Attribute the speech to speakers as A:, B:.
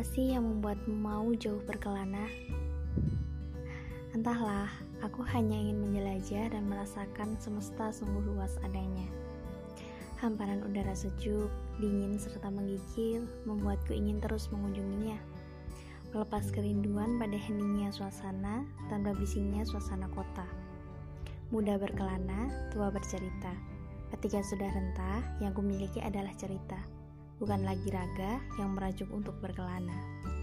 A: sih yang membuatmu mau jauh berkelana? Entahlah, aku hanya ingin menjelajah dan merasakan semesta sungguh luas adanya. Hamparan udara sejuk, dingin serta menggigil membuatku ingin terus mengunjunginya. Melepas kerinduan pada heningnya suasana tanpa bisingnya suasana kota. Muda berkelana, tua bercerita. Ketika sudah rentah, yang kumiliki adalah cerita, bukan lagi raga yang merajuk untuk berkelana.